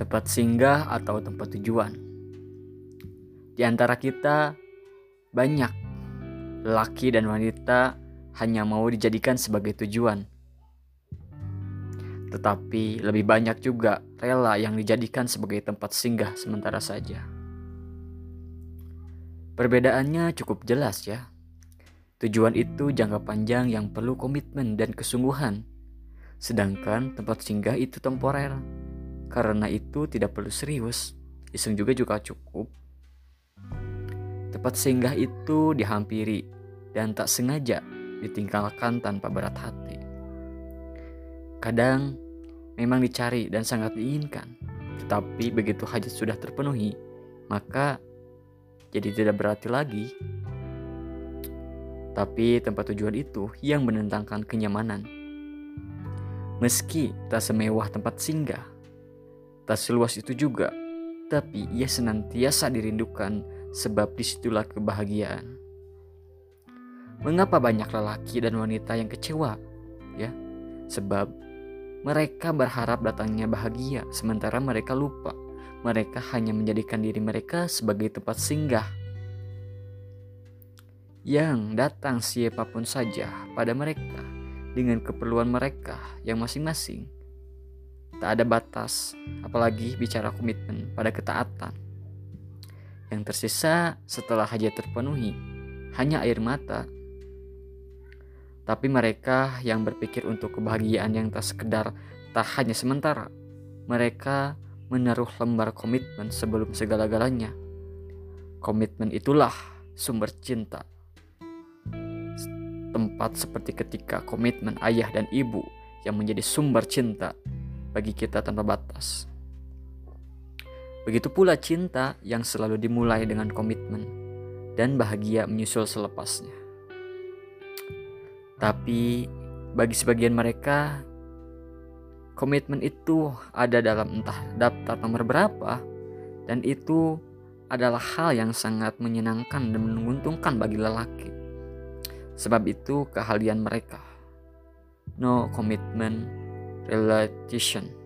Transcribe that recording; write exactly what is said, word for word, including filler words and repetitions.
tempat singgah atau tempat tujuan. Di antara kita banyak laki dan wanita hanya mau dijadikan sebagai tujuan. Tetapi lebih banyak juga rela yang dijadikan sebagai tempat singgah sementara saja. Perbedaannya cukup jelas ya. Tujuan itu jangka panjang yang perlu komitmen dan kesungguhan. Sedangkan tempat singgah itu temporer. Karena itu tidak perlu serius, iseng juga juga cukup. Tempat singgah itu dihampiri dan tak sengaja ditinggalkan tanpa berat hati. Kadang memang dicari dan sangat diinginkan, tetapi begitu hajat sudah terpenuhi, maka jadi tidak berarti lagi. Tapi tempat tujuan itu yang menentangkan kenyamanan. Meski tak semewah tempat singgah, tak seluas itu juga, tapi ia senantiasa dirindukan sebab disitulah kebahagiaan. Mengapa banyak lelaki dan wanita yang kecewa? Ya, sebab mereka berharap datangnya bahagia, sementara mereka lupa. Mereka hanya menjadikan diri mereka sebagai tempat singgah yang datang siapapun saja pada mereka dengan keperluan mereka yang masing-masing. Tak ada batas, apalagi bicara komitmen pada ketaatan. Yang tersisa setelah hajat terpenuhi hanya air mata. Tapi mereka yang berpikir untuk kebahagiaan yang tak sekedar tak hanya sementara. Mereka menaruh lembar komitmen sebelum segala-galanya. Komitmen itulah sumber cinta. Tempat seperti ketika komitmen ayah dan ibu yang menjadi sumber cinta bagi kita tanpa batas. Begitu pula cinta yang selalu dimulai dengan komitmen dan bahagia menyusul selepasnya. Tapi bagi sebagian mereka, komitmen itu ada dalam entah daftar nomor berapa, dan itu adalah hal yang sangat menyenangkan dan menguntungkan bagi lelaki. Sebab itu keahlian mereka. No commitment relation.